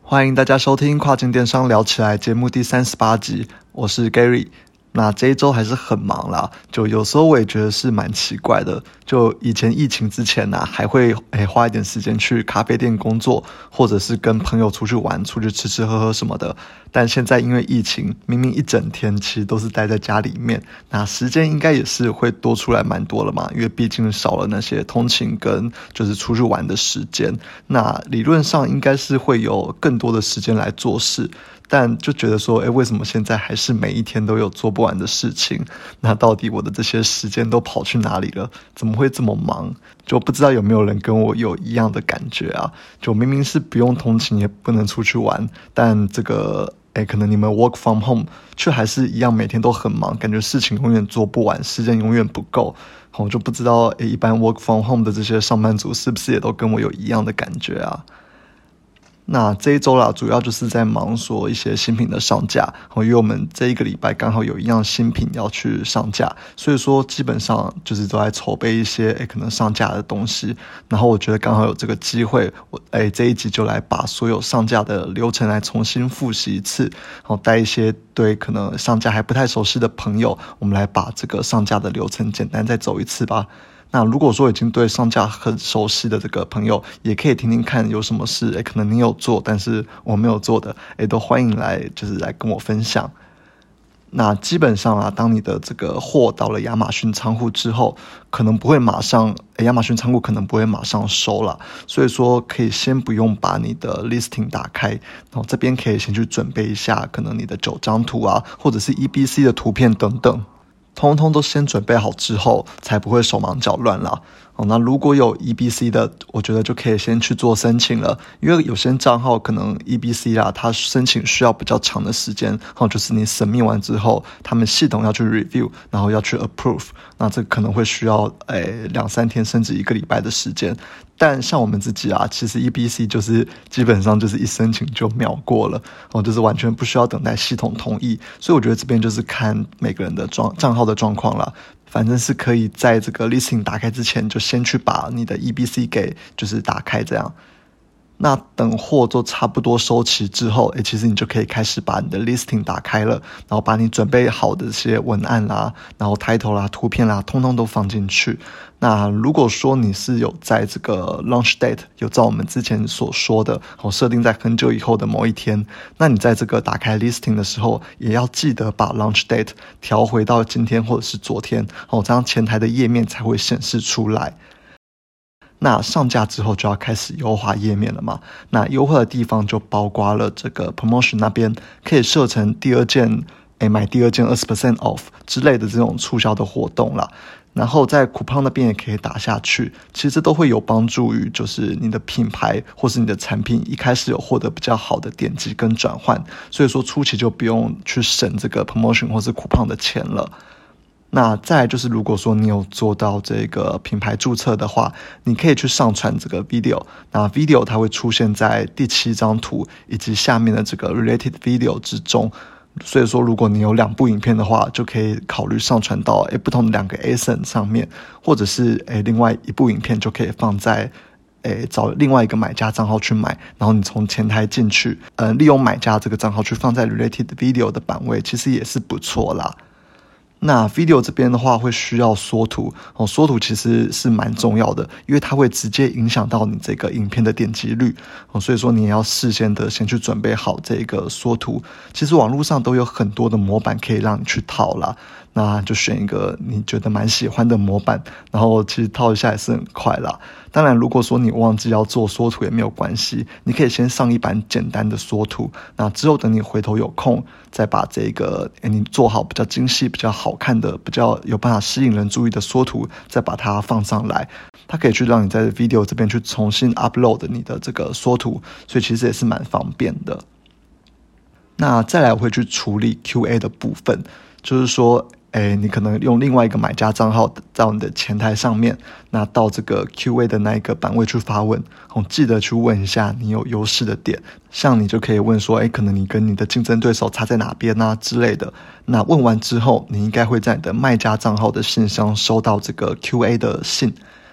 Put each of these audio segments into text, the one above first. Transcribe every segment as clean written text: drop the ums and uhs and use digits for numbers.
欢迎大家收听跨境电商聊起来节目第38集，我是 Gary。那这一周还是很忙啦，就有时候我也觉得是蛮奇怪的，就以前疫情之前还会花一点时间去咖啡店工作，或者是跟朋友出去玩，出去吃吃喝喝什么的。但现在因为疫情，明明一整天其实都是待在家里面，那时间应该也是会多出来蛮多了嘛，因为毕竟少了那些通勤跟就是出去玩的时间，那理论上应该是会有更多的时间来做事。但就觉得说，为什么现在还是每一天都有做不完的事情？那到底我的这些时间都跑去哪里了？怎么会这么忙？就不知道有没有人跟我有一样的感觉啊？就明明是不用通勤也不能出去玩，但这个可能你们 work from home 却还是一样每天都很忙，感觉事情永远做不完，时间永远不够。我就不知道一般 work from home 的这些上班族是不是也都跟我有一样的感觉啊？那这一周啦，主要就是在忙说一些新品的上架，因为我们这一个礼拜刚好有一样新品要去上架，所以说基本上就是都在筹备一些可能上架的东西。然后我觉得刚好有这个机会，我这一集就来把所有上架的流程来重新复习一次，然后带一些对可能上架还不太熟悉的朋友，我们来把这个上架的流程简单再走一次吧。那如果说已经对上架很熟悉的这个朋友，也可以听听看有什么事可能你有做但是我没有做的，都欢迎来跟我分享。那基本上啊，当你的这个货到了亚马逊仓库之后，可能不会马上亚马逊仓库可能不会马上收啦，所以说可以先不用把你的 listing 打开，然后这边可以先去准备一下可能你的9张图啊，或者是 EBC 的图片等等，通通都先准备好之后，才不会手忙脚乱啦。那如果有 EBC 的，我觉得就可以先去做申请了，因为有些账号可能 EBC 啦，它申请需要比较长的时间，就是你submit完之后，他们系统要去 review， 然后要去 approve， 那这可能会需要2-3天甚至1个礼拜的时间。但像我们自己啊，其实 EBC 就是基本上就是一申请就秒过了，就是完全不需要等待系统同意，所以我觉得这边就是看每个人的账号的状况啦。反正是可以在这个 listing 打开之前，就先去把你的 EBC 给打开这样。那等货都差不多收齐之后，其实你就可以开始把你的 listing 打开了，然后把你准备好的这些文案啦，然后 title 啦、图片啦，通通都放进去。那如果说你是有在这个 launch date 有照我们之前所说的设定在很久以后的某一天，那你在这个打开 listing 的时候，也要记得把 launch date 调回到今天或者是昨天，这样前台的页面才会显示出来。那上架之后就要开始优化页面了嘛，那优化的地方就包括了这个 promotion 那边可以设成第二件买第二件 20% off 之类的这种促销的活动啦，然后在 coupon 那边也可以打下去，其实都会有帮助于就是你的品牌或是你的产品一开始有获得比较好的点击跟转换，所以说初期就不用去省这个 promotion 或是 coupon 的钱了。那再来就是如果说你有做到这个品牌注册的话，你可以去上传这个 video， 那 video 它会出现在第7张图以及下面的这个 related video 之中，所以说如果你有2部影片的话，就可以考虑上传到不同的2个 ASIN 上面，或者是另外一部影片就可以放在找另外一个买家账号去买，然后你从前台进去利用买家这个账号去放在 related video 的版位，其实也是不错啦。那 video 这边的话会需要缩图，缩图其实是蛮重要的，因为它会直接影响到你这个影片的点击率，所以说你也要事先的先去准备好这个缩图。其实网络上都有很多的模板可以让你去套啦，那就选一个你觉得蛮喜欢的模板，然后其实套一下也是很快啦。当然如果说你忘记要做缩图也没有关系，你可以先上一版简单的缩图，那之后等你回头有空再把这个你做好比较精细比较好看的比较有办法吸引人注意的缩图再把它放上来，它可以去让你在 video 这边去重新 upload 你的这个缩图，所以其实也是蛮方便的。那再来我会去处理 QA 的部分，就是说你可能用另外一个买家账号在你的前台上面，那到这个 QA 的那一个版位去发问，记得去问一下你有优势的点，像你就可以问说可能你跟你的竞争对手差在哪边啊之类的。那问完之后，你应该会在你的卖家账号的信箱收到这个 QA 的信，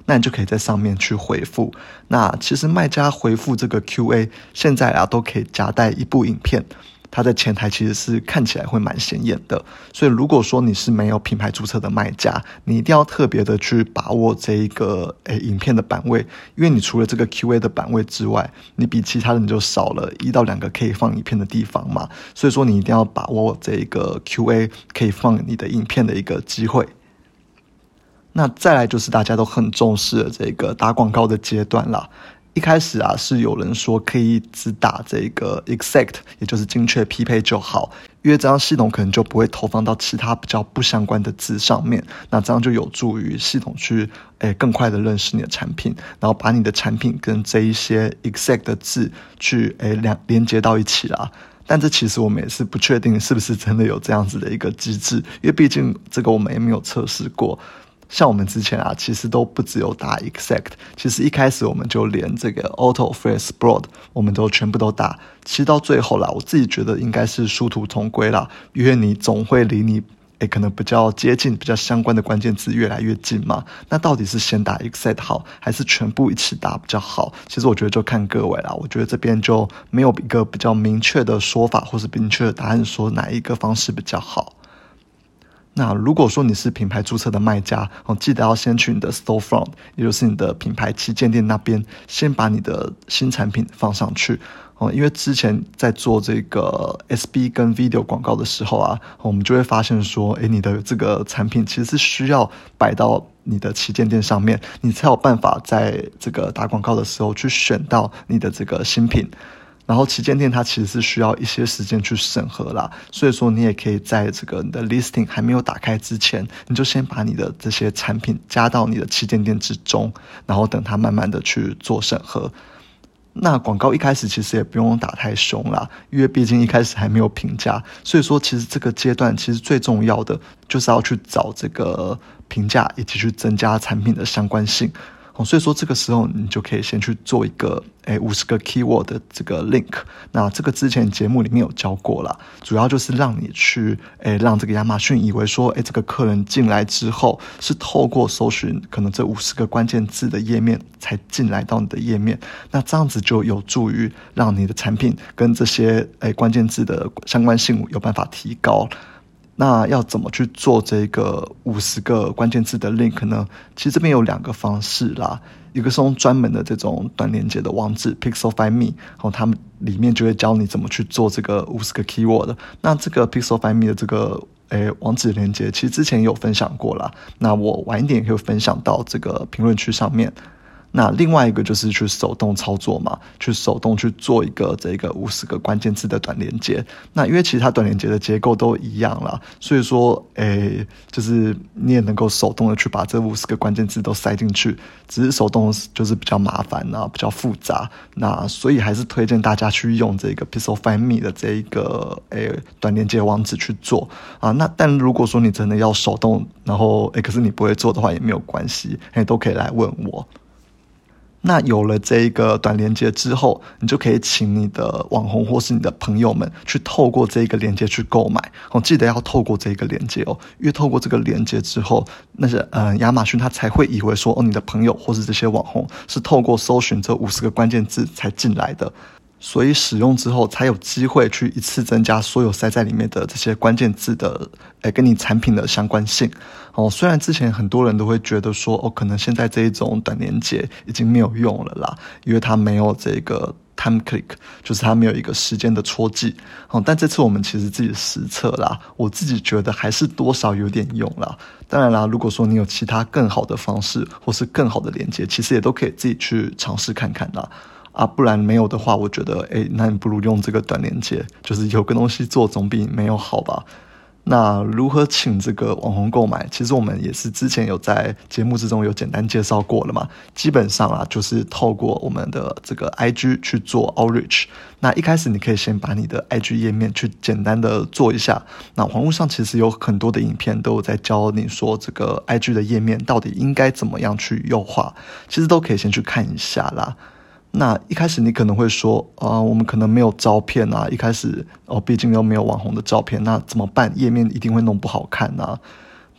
那你就可以在上面去回复。那其实卖家回复这个 QA 现在都可以夹带一部影片，它的前台其实是看起来会蛮显眼的。所以如果说你是没有品牌注册的卖家，你一定要特别的去把握这一个影片的版位，因为你除了这个 QA 的版位之外，你比其他人就少了1到2个可以放影片的地方嘛，所以说你一定要把握这一个 QA 可以放你的影片的一个机会。那再来就是大家都很重视的这个打广告的阶段啦。一开始是有人说可以只打这个 exact， 也就是精确匹配就好，因为这样系统可能就不会投放到其他比较不相关的字上面，那这样就有助于系统去更快的认识你的产品，然后把你的产品跟这一些 exact 的字去连接到一起啦。但这其实我们也是不确定是不是真的有这样子的一个机制，因为毕竟这个我们也没有测试过。像我们之前其实都不只有打 exact， 其实一开始我们就连这个 auto phrase broad 我们都全部都打，其实到最后啦，我自己觉得应该是殊途同归啦，因为你总会离你可能比较接近比较相关的关键字越来越近嘛，那到底是先打 exact 好还是全部一起打比较好，其实我觉得就看各位啦，我觉得这边就没有一个比较明确的说法或是明确的答案说哪一个方式比较好。那如果说你是品牌注册的卖家，记得要先去你的 storefront， 也就是你的品牌旗舰店那边，先把你的新产品放上去。因为之前在做这个 SB 跟 video 广告的时候我们就会发现说，你的这个产品其实是需要摆到你的旗舰店上面，你才有办法在这个打广告的时候去选到你的这个新品。然后旗舰店它其实是需要一些时间去审核啦，所以说你也可以在这个你的 listing 还没有打开之前，你就先把你的这些产品加到你的旗舰店之中，然后等它慢慢的去做审核。那广告一开始其实也不用打太凶啦，因为毕竟一开始还没有评价，所以说其实这个阶段其实最重要的就是要去找这个评价以及去增加产品的相关性。所以说这个时候你就可以先去做一个50个 keyword 的这个 link， 那这个之前节目里面有教过啦，主要就是让你去让这个亚马逊以为说这个客人进来之后是透过搜寻可能这50个关键字的页面才进来到你的页面，那这样子就有助于让你的产品跟这些关键字的相关性有办法提高。那要怎么去做这个50个关键字的 link 呢？其实这边有2个方式啦，一个是用专门的这种短连结的网址 Pixelfy Me， 他们里面就会教你怎么去做这个50个 keyword。那这个 Pixelfy Me 的这个网址连结其实之前也有分享过啦，那我晚一点也可以分享到这个评论区上面。那另外一个就是去手动操作嘛，去手动去做一个这个50个关键字的短连结。那因为其实它短连结的结构都一样啦，所以说就是你也能够手动的去把这50个关键字都塞进去，只是手动就是比较麻烦比较复杂。那所以还是推荐大家去用这个 Pixelfy Me 的这一个短连结网址去做那但如果说你真的要手动，然后可是你不会做的话也没有关系，都可以来问我。那有了这一个短连结之后，你就可以请你的网红或是你的朋友们去透过这个连结去购买记得要透过这个连结因为透过这个连结之后，那些亚马逊它才会以为说你的朋友或是这些网红是透过搜寻这50个关键字才进来的，所以使用之后才有机会去一次增加所有塞在里面的这些关键字的跟你产品的相关性虽然之前很多人都会觉得说可能现在这一种短连结已经没有用了啦，因为它没有这个 time click， 就是它没有一个时间的戳记但这次我们其实自己实测啦，我自己觉得还是多少有点用啦。当然啦，如果说你有其他更好的方式或是更好的连结，其实也都可以自己去尝试看看啦不然没有的话，我觉得那你不如用这个短连结，就是有个东西做总比没有好吧。那如何请这个网红购买，其实我们也是之前有在节目之中有简单介绍过了嘛。基本上就是透过我们的这个 IG 去做 outreach。那一开始你可以先把你的 IG 页面去简单的做一下，那网络上其实有很多的影片都有在教你说这个 IG 的页面到底应该怎么样去优化，其实都可以先去看一下啦。那一开始你可能会说我们可能没有照片一开始毕竟又没有网红的照片，那怎么办？页面一定会弄不好看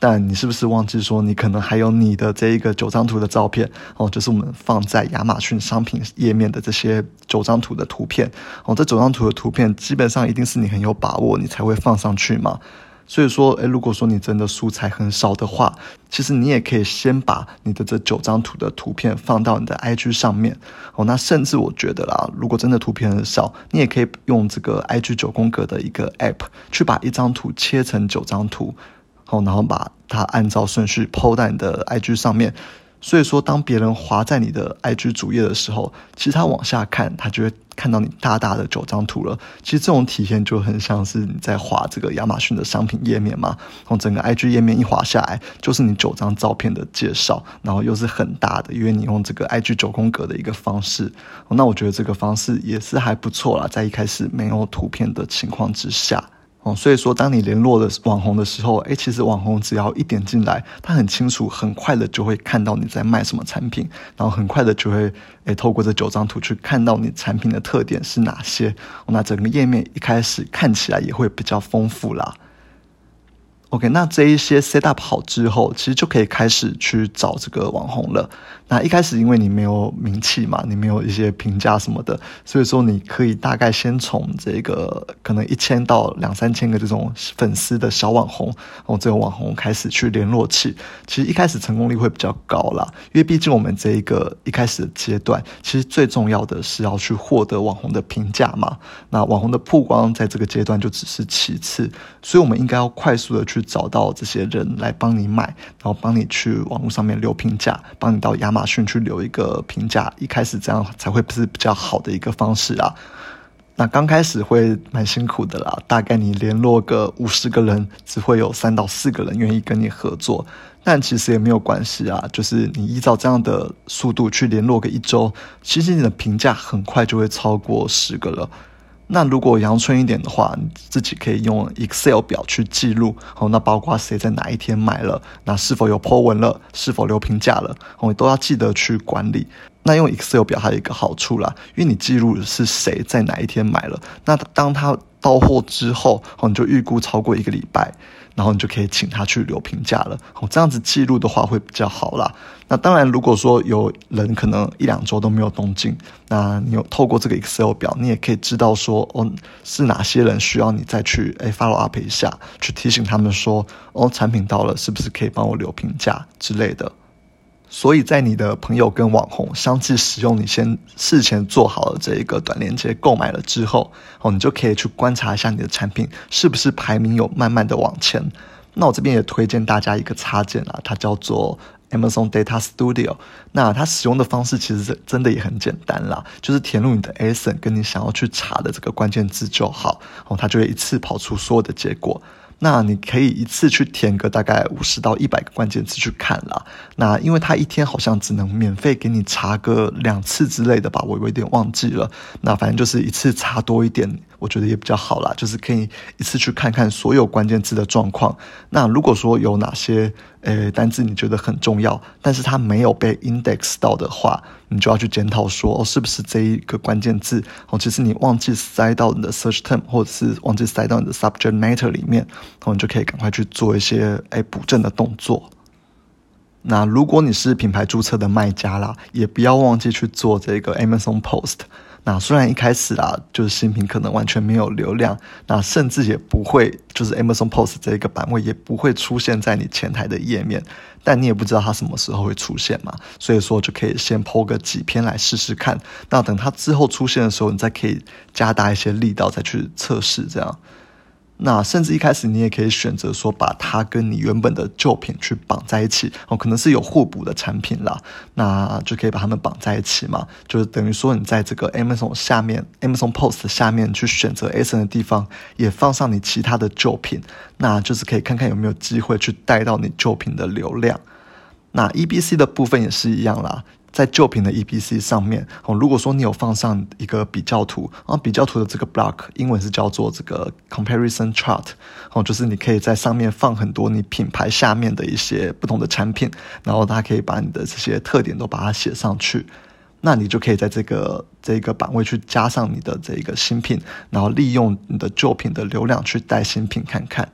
但你是不是忘记说你可能还有你的这一个9张图的照片就是我们放在亚马逊商品页面的这些9张图的图片这9张图的图片基本上一定是你很有把握你才会放上去嘛。所以说如果说你真的素材很少的话，其实你也可以先把你的这9张图的图片放到你的 IG 上面那甚至我觉得啦，如果真的图片很少，你也可以用这个 IG 9宫格的一个 app 去把一张图切成9张图然后把它按照顺序 po 在你的 IG 上面。所以说当别人滑在你的 IG 主页的时候，其实他往下看，他就会看到你大大的9张图了。其实这种体验就很像是你在滑这个亚马逊的商品页面嘛，从整个 IG 页面一滑下来就是你9张照片的介绍，然后又是很大的，因为你用这个 IG 9宫格的一个方式那我觉得这个方式也是还不错啦，在一开始没有图片的情况之下所以说当你联络的网红的时候其实网红只要一点进来，他很清楚很快的就会看到你在卖什么产品，然后很快的就会透过这9张图去看到你产品的特点是哪些那整个页面一开始看起来也会比较丰富啦。OK， 那这一些 set up 好之后，其实就可以开始去找这个网红了。那一开始因为你没有名气嘛，你没有一些评价什么的，所以说你可以大概先从这个可能1000到2-3千个这种粉丝的小网红这种网红开始去联络起。其实一开始成功率会比较高啦，因为毕竟我们这一个一开始的阶段，其实最重要的是要去获得网红的评价嘛。那网红的曝光在这个阶段就只是其次，所以我们应该要快速的去找到这些人来帮你买，然后帮你去网络上面留评价，帮你到亚马逊去留一个评价，一开始这样才会是比较好的一个方式啊。那刚开始会蛮辛苦的啦，大概你联络个50个人，只会有3到4个人愿意跟你合作，但其实也没有关系啊，就是你依照这样的速度去联络个1周，其实你的评价很快就会超过10个了。那如果阳春一点的话，你自己可以用 Excel 表去记录那包括谁在哪一天买了，那是否有 po 文了，是否留评价了都要记得去管理。那用 Excel 表还有一个好处啦，因为你记录的是谁在哪一天买了，那当他到货之后你就预估超过1个礼拜，然后你就可以请他去留评价了这样子记录的话会比较好啦。那当然如果说有人可能1-2周都没有动静，那你有透过这个 Excel 表，你也可以知道说是哪些人需要你再去follow up 一下，去提醒他们说产品到了是不是可以帮我留评价之类的。所以在你的朋友跟网红相继使用你先事前做好了这一个短链接购买了之后你就可以去观察一下你的产品是不是排名有慢慢的往前。那我这边也推荐大家一个插件它叫做 Amazon Data Studio。 那它使用的方式其实真的也很简单啦，就是填入你的 ASIN 跟你想要去查的这个关键字就好它就会一次跑出所有的结果。那你可以一次去填个大概50到100个关键字去看啦。那因为它一天好像只能免费给你查个2次之类的吧，我有点忘记了。那反正就是一次查多一点，我觉得也比较好啦，就是可以一次去看看所有关键字的状况。那如果说有哪些单字你觉得很重要，但是它没有被 index 到的话，你就要去检讨说是不是这一个关键字其实你忘记塞到你的 search term 或者是忘记塞到你的 subject matter 里面你就可以赶快去做一些补正的动作。那如果你是品牌注册的卖家啦，也不要忘记去做这个 Amazon Post。那虽然一开始就是新品可能完全没有流量，那甚至也不会就是 Amazon Post 这个版位也不会出现在你前台的页面，但你也不知道它什么时候会出现嘛，所以说就可以先 po 个几篇来试试看，那等它之后出现的时候，你再可以加大一些力道再去测试这样。那甚至一开始你也可以选择说把它跟你原本的旧品去绑在一起可能是有互补的产品啦，那就可以把它们绑在一起嘛，就是等于说你在这个 Amazon 下面 Amazon Post 下面去选择 ASIN 的地方也放上你其他的旧品，那就是可以看看有没有机会去带到你旧品的流量。那 EBC 的部分也是一样啦，在旧品的 EBC 上面如果说你有放上一个比较图比较图的这个 block 英文是叫做这个 comparison chart 就是你可以在上面放很多你品牌下面的一些不同的产品，然后它可以把你的这些特点都把它写上去，那你就可以在这个版位去加上你的这个新品，然后利用你的旧品的流量去带新品看看。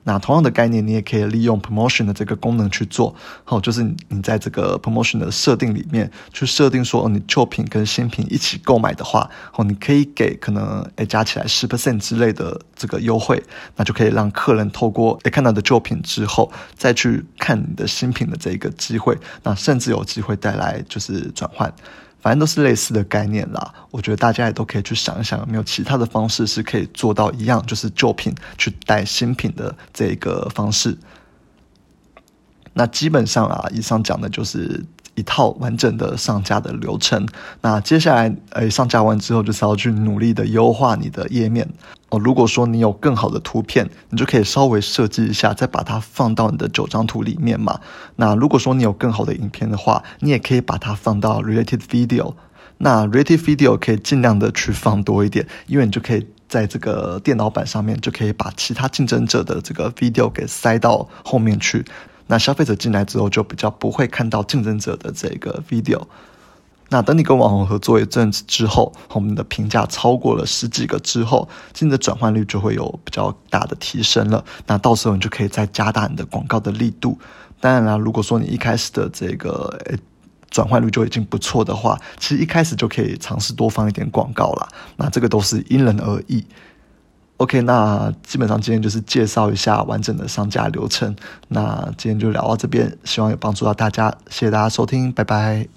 那同样的概念，你也可以利用 promotion 的这个功能去做。就是你在这个 promotion 的设定里面去设定说，你旧品跟新品一起购买的话，你可以给可能加起来 10% 之类的这个优惠，那就可以让客人透过看到的旧品之后，再去看你的新品的这个机会，那甚至有机会带来就是转换。反正都是类似的概念啦，我觉得大家也都可以去想一想，有没有其他的方式是可以做到一样，就是旧品去带新品的这个方式。那基本上以上讲的就是一套完整的上架的流程。那接下来上架完之后，就是要去努力的优化你的页面。如果说你有更好的图片，你就可以稍微设计一下，再把它放到你的9张图里面嘛。那如果说你有更好的影片的话，你也可以把它放到 related video。那 related video 可以尽量的去放多一点，因为你就可以在这个电脑版上面就可以把其他竞争者的这个 video 给塞到后面去。那消费者进来之后就比较不会看到竞争者的这个 video。那等你跟网红合作一阵子之后，我们的评价超过了10几个之后，你的转换率就会有比较大的提升了。那到时候你就可以再加大你的广告的力度。当然啦，如果说你一开始的这个转换率就已经不错的话，其实一开始就可以尝试多放一点广告啦。那这个都是因人而异。OK， 那基本上今天就是介绍一下完整的上架流程。那今天就聊到这边，希望有帮助到大家，谢谢大家收听，拜拜。